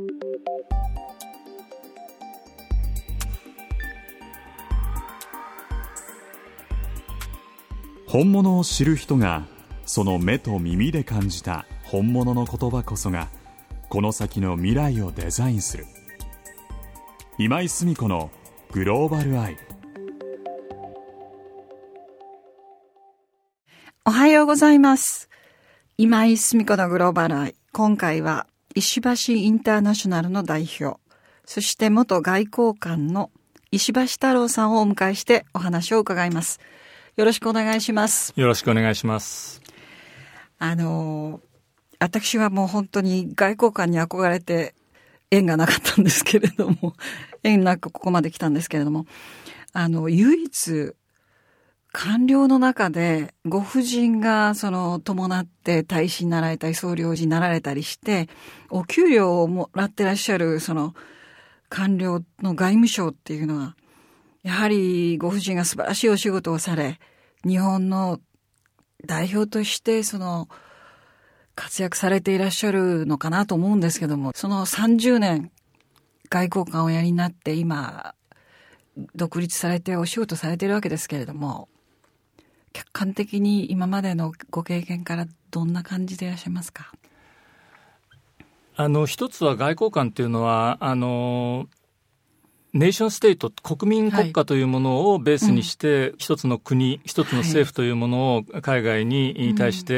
本物を知る人がその目と耳で感じた本物の言葉こそがこの先の未来をデザインする。今井澄子のグローバルアイ。 おはようございます。今井澄子のグローバルアイ。今回は石橋インターナショナルの代表、そして元外交官の石橋太郎さんをお迎えしてお話を伺います。よろしくお願いします。 よろしくお願いします。 私はもう本当に外交官に憧れて縁がなかったんですけれども、縁なくここまで来たんですけれども、唯一官僚の中でご婦人が伴って大使になられたり総領事になられたりしてお給料をもらってらっしゃる官僚の外務省っていうのはやはりご婦人が素晴らしいお仕事をされ、日本の代表として活躍されていらっしゃるのかなと思うんですけども、その30年外交官をやりになって今独立されてお仕事されているわけですけれども、客観的に今までのご経験からどんな感じでいらっしゃいますか？ 一つは外交官っていうのはネーションステート、国民国家というものをベースにして、一つの国、一つの政府というものを海外に対して、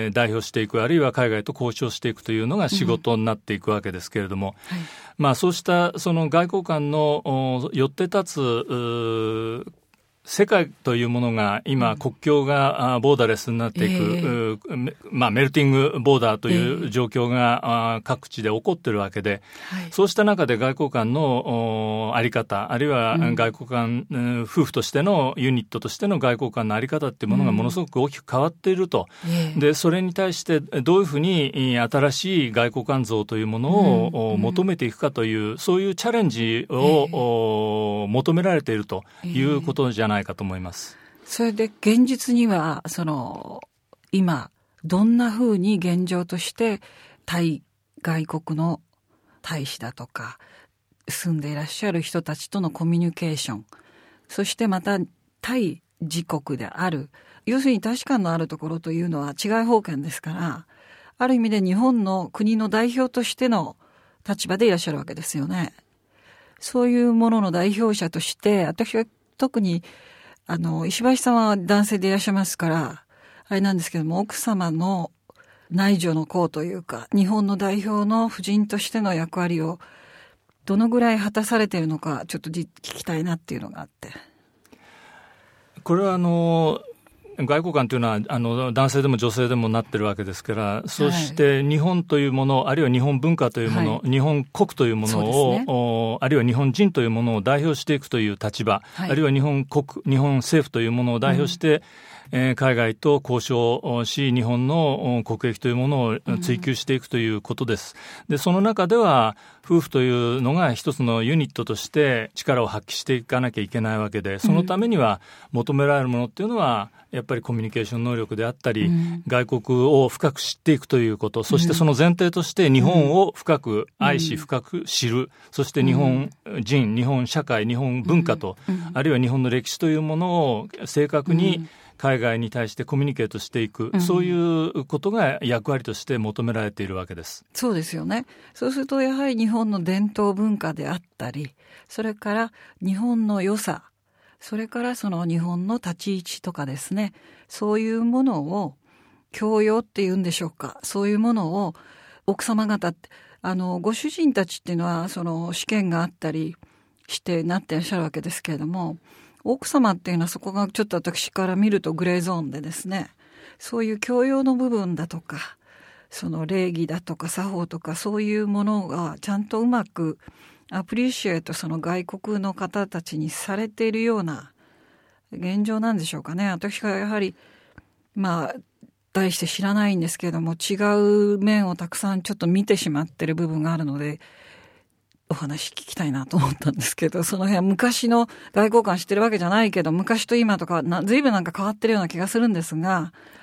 代表していく、あるいは海外と交渉していくというのが仕事になっていくわけですけれども、そうしたその外交官のよって立つ世界というものが今国境がボーダレスになっていく、メルティングボーダーという状況が各地で起こっているわけで、そうした中で外交官のあり方、あるいは外交官、夫婦としてのユニットとしての外交官のあり方っていうものがものすごく大きく変わっていると。で、それに対してどういうふうに新しい外交官像というものを求めていくかという、そういうチャレンジを求められているということじゃないかと思います。 それで現実には今どんなふうに現状として対外国の大使だとか住んでいらっしゃる人たちとのコミュニケーション、そしてまた対自国である、要するに大使館のあるところというのは治外法権ですから、ある意味で日本の国の代表としての立場でいらっしゃるわけですよね。そういうものの代表者として私は特に石橋さんは男性でいらっしゃいますからあれなんですけども、奥様の内助の功というか日本の代表の夫人としての役割をどのぐらい果たされているのかちょっと聞きたいなっていうのがあって、 これは外交官というのは男性でも女性でもなってるわけですから、そして日本というもの、あるいは日本文化というもの、日本国というものを、あるいは日本人というものを代表していくという立場、あるいは日本政府というものを代表して、海外と交渉をし、日本の国益というものを追求していくということです。で、その中では夫婦というのが一つのユニットとして力を発揮していかなきゃいけないわけで、そのためには求められるものっていうのはやっぱりコミュニケーション能力であったり、外国を深く知っていくということ、そしてその前提として日本を深く愛し、深く知る、そして日本人、日本社会、日本文化と、あるいは日本の歴史というものを正確に海外に対してコミュニケートしていく、そういうことが役割として求められているわけです。 そうですよね。そうするとやはり日本の伝統文化であったり、それから日本の良さ、それから日本の立ち位置とかですね、そういうものを教養っていうんでしょうか、そういうものを奥様方ってご主人たちっていうのは試験があったりしてなってらっしゃるわけですけれども、奥様っていうのはそこがちょっと私から見るとグレーゾーンでですね、そういう教養の部分だとか礼儀だとか作法とかそういうものがちゃんとうまくアプリシエイト外国の方たちにされているような現状なんでしょうかね。私がやはり大して知らないんですけれども、違う面をたくさんちょっと見てしまっている部分があるのでお話聞きたいなと思ったんですけど、その辺は昔の外交官してるわけじゃないけど昔と今とか随分変わってるような気がするんですが、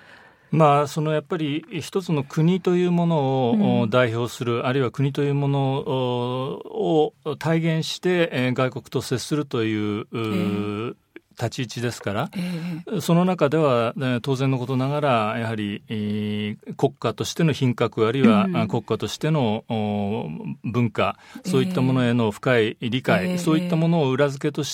そのやっぱり一つの国というものを代表する、あるいは国というものを体現して外国と接するという立ち位置ですから、その中では、当然のことながらやはり、国家としての品格、あるいは国家としての文化、そういったものへの深い理解、そういったものを裏付けとして、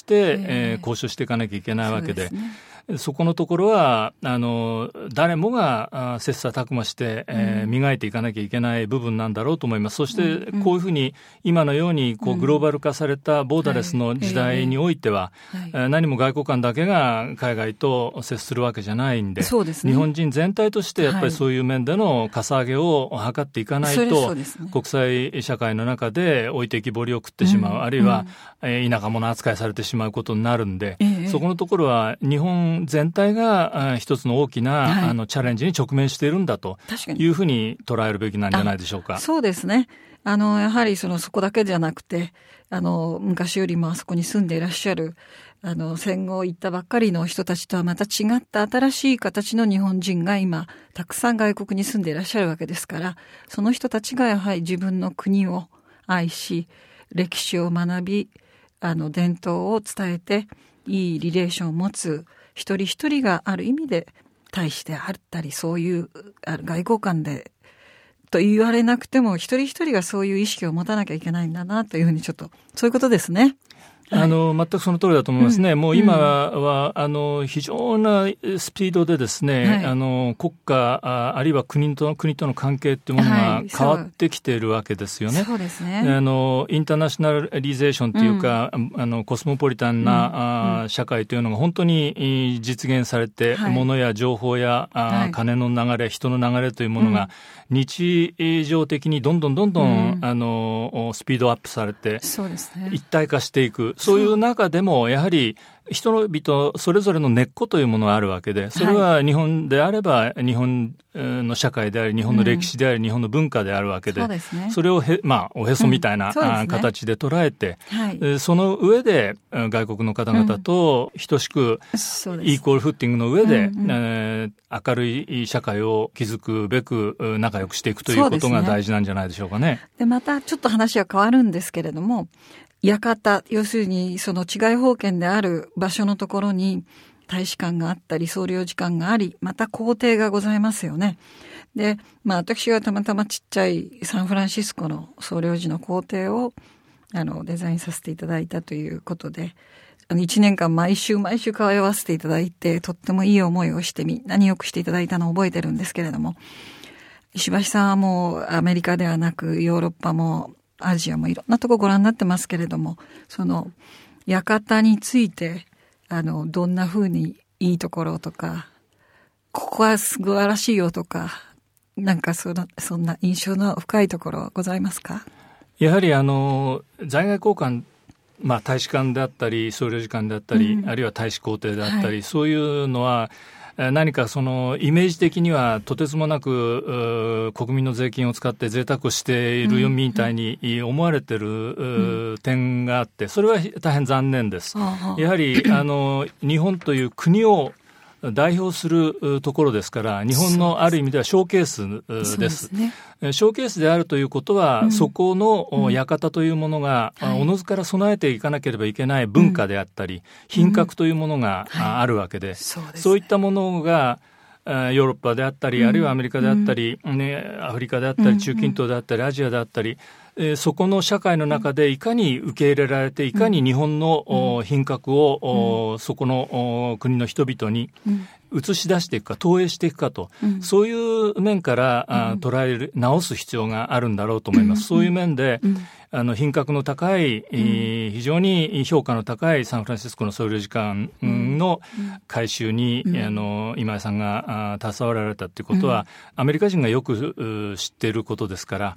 交渉していかなきゃいけないわけで、そこのところは誰もが切磋琢磨して、磨いていかなきゃいけない部分なんだろうと思います。そしてこういうふうに今のようにグローバル化されたボーダレスの時代においては、何も外交官だけが海外と接するわけじゃないんで、 そうですね、 日本人全体としてやっぱりそういう面でのかさ上げを図っていかないと、国際社会の中で置いてきぼりを食ってしまう、あるいは田舎者扱いされてしまうことになるんで、そこのところは日本全体が一つの大きな、チャレンジに直面しているんだというふうに捉えるべきなんじゃないでしょうか。 そうですね。やはりそこだけじゃなくて、昔よりもあそこに住んでいらっしゃる戦後行ったばっかりの人たちとはまた違った新しい形の日本人が今たくさん外国に住んでいらっしゃるわけですから、その人たちがやはり自分の国を愛し、歴史を学び、伝統を伝えていいリレーションを持つ一人一人がある意味で大使であったり、そういう外交官でと言われなくても一人一人がそういう意識を持たなきゃいけないんだなというふうに、ちょっとそういうことですね。 全くその通りだと思いますね。もう今は、非常なスピードでですね、国家あるいは国との関係っていうものが変わってきているわけですよね。 そうですね。 インターナショナリゼーションというか、コスモポリタンな、社会というのが本当に実現されて、物や情報や金の流れ、人の流れというものが日常的にどんどんスピードアップされて、 そうですね、 一体化していく。そういう中でもやはり人々それぞれの根っこというものがあるわけで、それは日本であれば日本の社会であり、日本の歴史であり、日本の文化であるわけで、それをおへそみたいな形で捉えて、その上で外国の方々と等しくイークオルフッティングの上で明るい社会を築くべく仲良くしていくということが大事なんじゃないでしょうかね。 でまたちょっと話は変わるんですけれども、館、要するにその治外法権である場所のところに大使館があったり総領事館があり、また公邸がございますよね。で、私がたまたまちっちゃいサンフランシスコの総領事の公邸をデザインさせていただいたということで、1年間毎週通わせていただいて、とってもいい思いをしてみんなによくしていただいたのを覚えてるんですけれども、石橋さんはもうアメリカではなくヨーロッパもアジアもいろんなとこご覧になってますけれども、その館についてどんな風にいいところとか、ここは素晴らしいよとか、なんかそんな印象の深いところございますか？ やはり在外公館、大使館であったり総領事館であったり、あるいは大使公邸であったり、そういうのは何かそのイメージ的にはとてつもなく国民の税金を使って贅沢しているよみたいに思われている点があって、それは大変残念です。やはり日本という国を代表するところですから、日本のある意味ではショーケースです。ショーケースであるということは、そこの館というものがおのずから備えていかなければいけない文化であったり、品格というものがあるわけで、そういったものがヨーロッパであったり、あるいはアメリカであったり、アフリカであったり、中近東であったり、アジアであったり、そこの社会の中でいかに受け入れられて、いかに日本の品格をそこの国の人々に映し出していくか、投影していくかと、そういう面から直す必要があるんだろうと思います。そういう面で品格の高い、非常に評価の高いサンフランシスコの総領事館の改修に、今井さんが携わられたということは、アメリカ人がよく知っていることですから、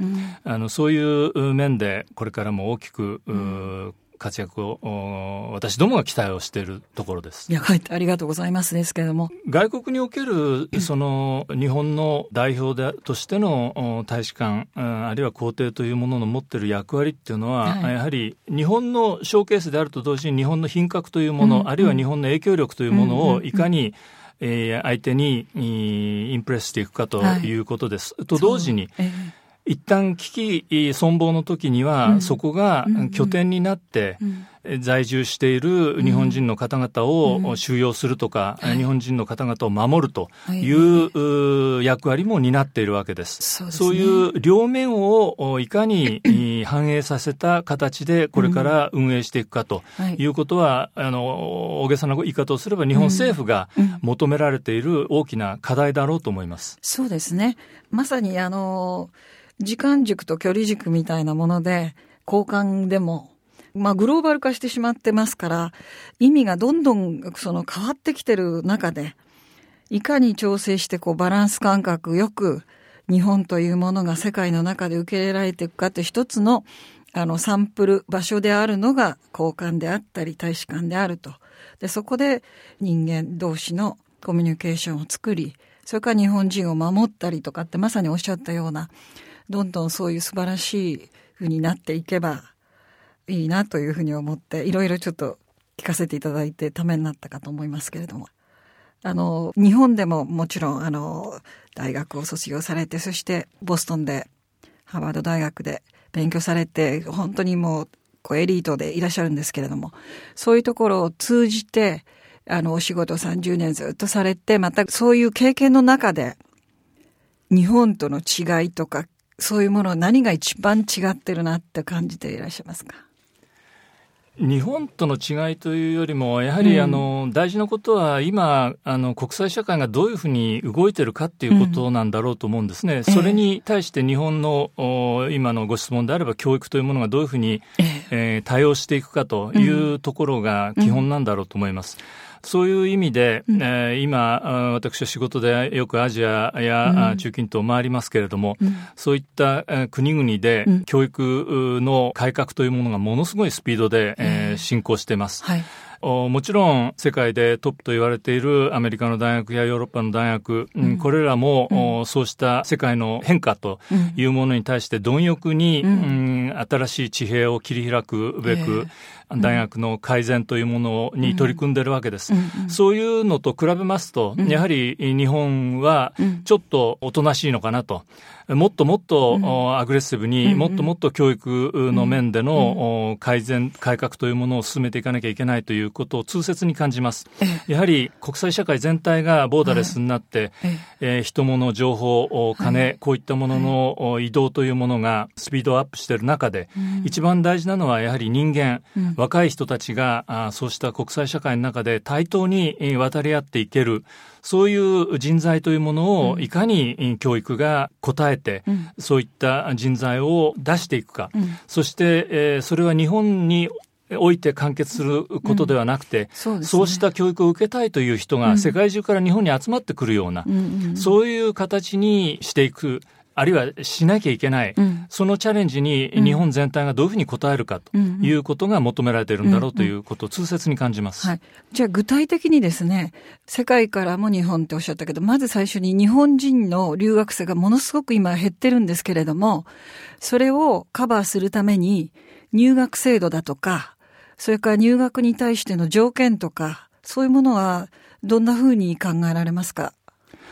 そういう面でこれからも大きく活躍を私どもが期待をしているところです。 いや、ありがとうございますですけれども、 外国におけるその日本の代表としての大使館、あるいは公邸というものの持っている役割っていうのは、やはり日本のショーケースであると同時に日本の品格というもの、あるいは日本の影響力というものをいかに相手にインプレスしていくかということです。と同時に、一旦危機存亡の時には、そこが拠点になって、在住している日本人の方々を収容するとか、日本人の方々を守るという役割も担っているわけです。そういう両面をいかに反映させた形でこれから運営していくかということは、大げさな言い方をすれば日本政府が求められている大きな課題だろうと思います。 そうですね。まさに時間軸と距離軸みたいなもので、交換でもグローバル化してしまってますから、意味がどんどん変わってきてる中で、いかに調整してバランス感覚よく日本というものが世界の中で受け入れられていくかって一つのサンプル場所であるのが交換であったり大使館であると。で、そこで人間同士のコミュニケーションを作り、それから日本人を守ったりとかって、まさにおっしゃったような、どんどんそういう素晴らしい風になっていけばいいなというふうに思って、いろいろちょっと聞かせていただいてためになったかと思いますけれども、日本でももちろん大学を卒業されて、そしてボストンでハーバード大学で勉強されて、本当にもうエリートでいらっしゃるんですけれども、そういうところを通じてお仕事30年ずっとされて、またそういう経験の中で日本との違いとか、そういうもの何が一番違ってるなって感じていらっしゃいますか？ 日本との違いというよりも、やはり大事なことは今国際社会がどういうふうに動いているかっていうことなんだろうと思うんですね。それに対して日本の今のご質問であれば、教育というものがどういうふうに対応していくかというところが基本なんだろうと思います。そういう意味で、今私は仕事でよくアジアや中近東を回りますけれども、そういった国々で教育の改革というものがものすごいスピードで進行しています。もちろん世界でトップと言われているアメリカの大学やヨーロッパの大学、これらも、そうした世界の変化というものに対して貪欲に、新しい地平を切り開くべく、大学の改善というものに取り組んでいるわけです。そういうのと比べますと、やはり日本はちょっとおとなしいのかなと。もっともっとアグレッシブに、もっともっと教育の面での改革というものを進めていかなきゃいけないということを痛切に感じます。やはり国際社会全体がボーダレスになって、人物、情報、金、こういったものの移動というものがスピードアップしている中で、一番大事なのはやはり人間、若い人たちがそうした国際社会の中で対等に渡り合っていける、そういう人材というものをいかに教育が応えて、そういった人材を出していくか、そして、それは日本において完結することではなくて、そうした教育を受けたいという人が世界中から日本に集まってくるような、そういう形にしていく、あるいはしなきゃいけない、そのチャレンジに日本全体がどういうふうに応えるかということが求められているんだろうということを痛切に感じます。 じゃあ具体的にですね、世界からも日本っておっしゃったけど、まず最初に日本人の留学生がものすごく今減ってるんですけれども、それをカバーするために入学制度だとか、それから入学に対しての条件とか、そういうものはどんなふうに考えられますか？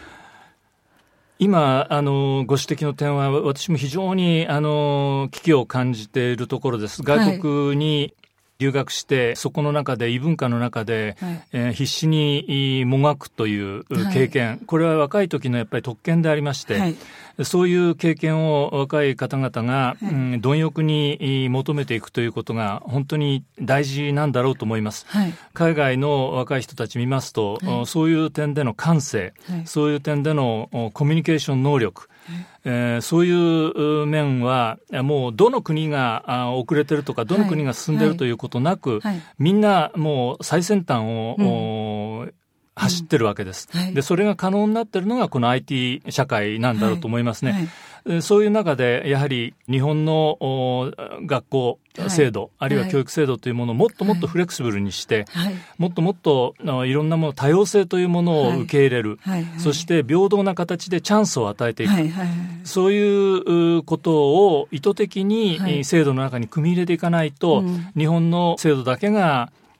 今ご指摘の点は私も非常に危機を感じているところです。外国に留学して、そこの中で異文化の中で、必死にもがくという経験、これは若い時のやっぱり特権でありまして、そういう経験を若い方々が、貪欲に求めていくということが本当に大事なんだろうと思います。海外の若い人たち見ますと、そういう点での感性、そういう点でのコミュニケーション能力、そういう面はもうどの国が遅れてるとか、どの国が進んでるということなく、みんなもう最先端を、走ってるわけです。で、それが可能になっているのがこの IT 社会なんだろうと思いますね。そういう中でやはり日本の学校制度、あるいは教育制度というものをもっともっとフレキシブルにして、もっともっといろんなもの、多様性というものを受け入れる、そして平等な形でチャンスを与えていく、そういうことを意図的に制度の中に組み入れていかないと、日本の制度だけが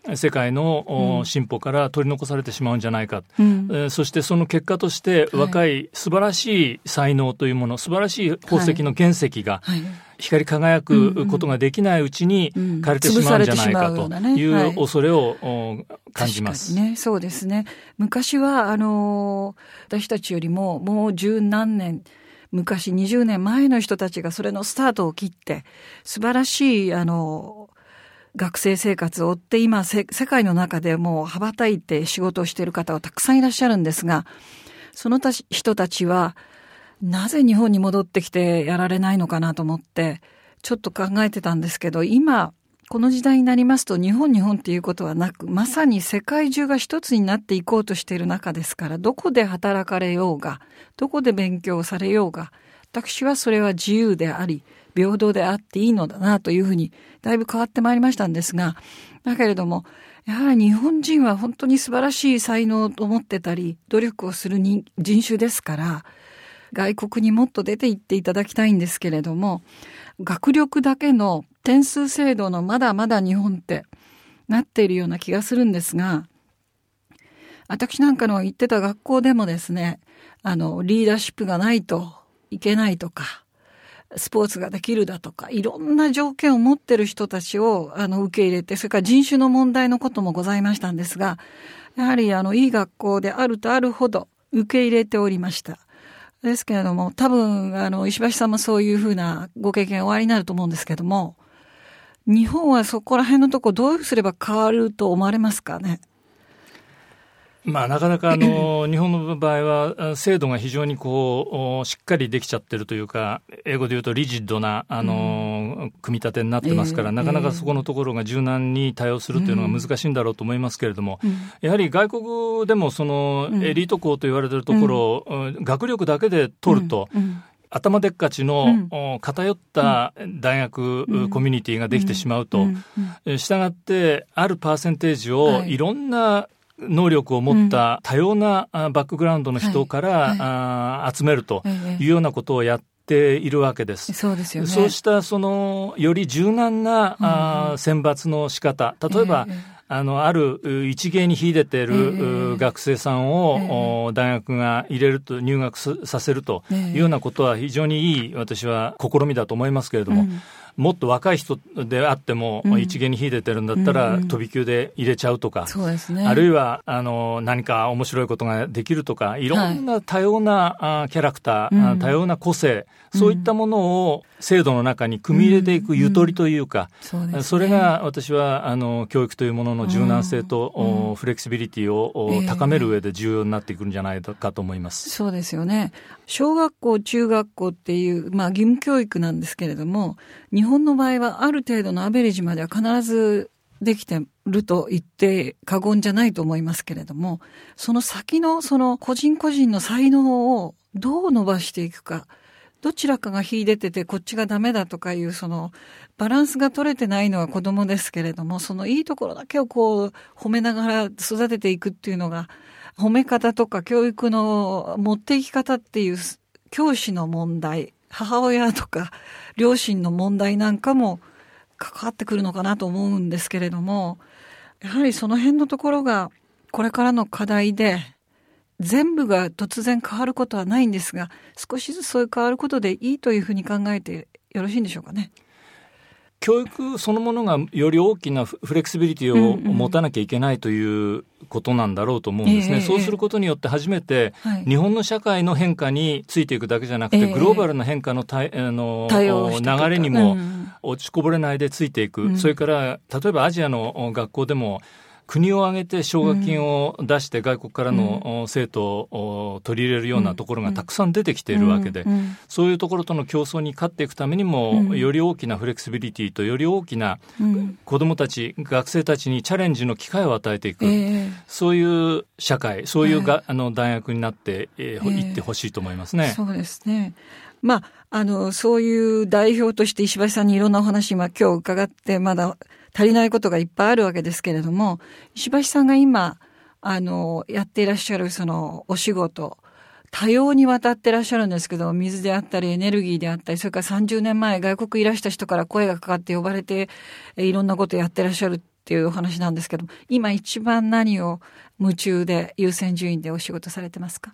世界の進歩から取り残されてしまうんじゃないか、そしてその結果として若い素晴らしい才能というもの、素晴らしい宝石の原石が光り輝くことができないうちに枯れてしまうんじゃないかという恐れを感じます。 確かにね、そうですね。昔は私たちよりももう十何年昔、20年前の人たちがそれのスタートを切って素晴らしい学生生活を追って今世界の中でもう羽ばたいて仕事をしている方はたくさんいらっしゃるんですが、その人たちはなぜ日本に戻ってきてやられないのかなと思ってちょっと考えてたんですけど、今この時代になりますと日本っていうことはなく、まさに世界中が一つになっていこうとしている中ですから、どこで働かれようがどこで勉強されようが、私はそれは自由であり平等であっていいのだなというふうにだいぶ変わってまいりましたんですが、だけれどもやはり日本人は本当に素晴らしい才能を持ってたり努力をする人種ですから、外国にもっと出て行っていただきたいんですけれども、学力だけの点数制度のまだまだ日本ってなっているような気がするんですが、私なんかの行ってた学校でもですね、リーダーシップがないといけないとか、スポーツができるだとか、いろんな条件を持ってる人たちを受け入れて、それから人種の問題のこともございましたんですが、やはりいい学校であるとあるほど受け入れておりました。ですけれども、多分石橋さんもそういうふうなご経験おありになると思うんですけども、日本はそこら辺のとこどうすれば変わると思われますかね。 なかなか日本の場合は制度が非常にしっかりできちゃってるというか、英語で言うとリジッドな組み立てになってますから、なかなかそこのところが柔軟に対応するというのが難しいんだろうと思いますけれども、やはり外国でもそのエリート校と言われているところを学力だけで取ると、頭でっかちの偏った大学コミュニティができてしまうと、したがってあるパーセンテージをいろんな能力を持った多様なバックグラウンドの人から集めるというようなことをやっているわけです。 そうですよね。 そうしたより柔軟な選抜の仕方、例えばある一芸に秀でている学生さんを大学が入学させるというようなことは非常にいい、私は試みだと思いますけれども、もっと若い人であっても一芸に秀でてるんだったら飛び級で入れちゃうとか、 そうですね、 あるいは何か面白いことができるとか、いろんな多様なキャラクター、多様な個性、そういったものを制度の中に組み入れていくゆとりというか、それが私は教育というものの柔軟性とフレキシビリティを高める上で重要になっていくんじゃないかと思います。 そうですよね。小学校中学校っていう、義務教育なんですけれども、日本の場合はある程度のアベレージまでは必ずできてると言って過言じゃないと思いますけれども、その先のその個人個人の才能をどう伸ばしていくか、どちらかが秀でててこっちがダメだとかいうそのバランスが取れてないのは子供ですけれども、そのいいところだけを褒めながら育てていくっていうのが、褒め方とか教育の持っていき方っていう教師の問題、母親とか両親の問題なんかも関わってくるのかなと思うんですけれども、やはりその辺のところがこれからの課題で、全部が突然変わることはないんですが、少しずつそういう変わることでいいというふうに考えてよろしいんでしょうかね。 教育そのものがより大きなフレキシビリティを持たなきゃいけないということなんだろうと思うんですね。そうすることによって初めて日本の社会の変化についていくだけじゃなくて、グローバルな変化の流れにも落ちこぼれないでついていく。それから例えばアジアの学校でも国を挙げて奨学金を出して外国からの生徒を取り入れるようなところがたくさん出てきているわけで、そういうところとの競争に勝っていくためにも、より大きなフレキシビリティとより大きな子どもたち、学生たちにチャレンジの機会を与えていく、そういう社会、そういう大学になっていってほしいと思いますね。 そうですね。そういう代表として石橋さんにいろんなお話今日伺って、まだ足りないことがいっぱいあるわけですけれども、石橋さんが今やっていらっしゃるそのお仕事、多様にわたっていらっしゃるんですけど、水であったりエネルギーであったり、それから30年前外国いらした人から声がかかって呼ばれていろんなことやってらっしゃるっっていうお話なんですけど、今一番何を夢中で優先順位でお仕事されてますか？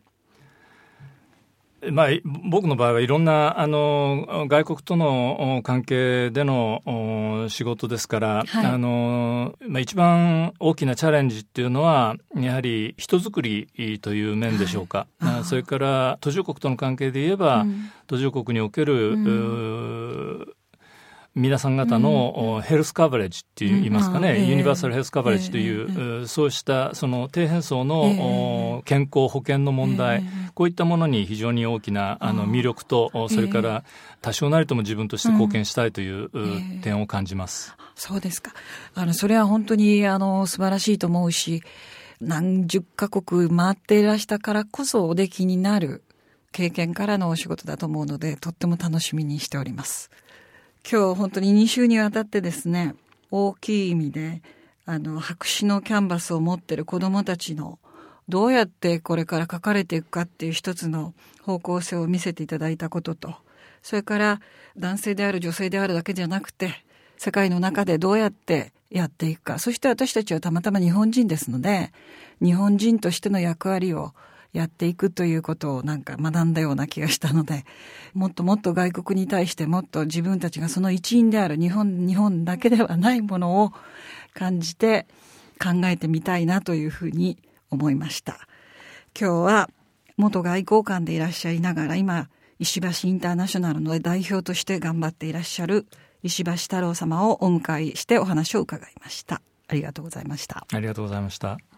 僕の場合はいろんな外国との関係での仕事ですから、一番大きなチャレンジっていうのはやはり人づくりという面でしょうか、それから途上国との関係で言えば、途上国における、皆さん方のヘルスカバレッジって言いますかね、ユニバーサルヘルスカバレッジという、そうしたその低変層の健康保険の問題、こういったものに非常に大きな魅力と、それから多少なりとも自分として貢献したいという点を感じます。 そうですか。それは本当に素晴らしいと思うし、何十カ国回っていらしたからこそおできになる経験からのお仕事だと思うので、とっても楽しみにしております。今日本当に2週にわたってですね、大きい意味で白紙のキャンバスを持っている子どもたちのどうやってこれから書かれていくかっていう一つの方向性を見せていただいたことと、それから男性である女性であるだけじゃなくて世界の中でどうやってやっていくか、そして私たちはたまたま日本人ですので、日本人としての役割をやっていくということを学んだような気がしたので、もっともっと外国に対してもっと自分たちがその一員である日本だけではないものを感じて考えてみたいなというふうに思いました。今日は元外交官でいらっしゃいながら、今石橋インターナショナルの代表として頑張っていらっしゃる石橋太郎様をお迎えしてお話を伺いました。ありがとうございました。 ありがとうございました。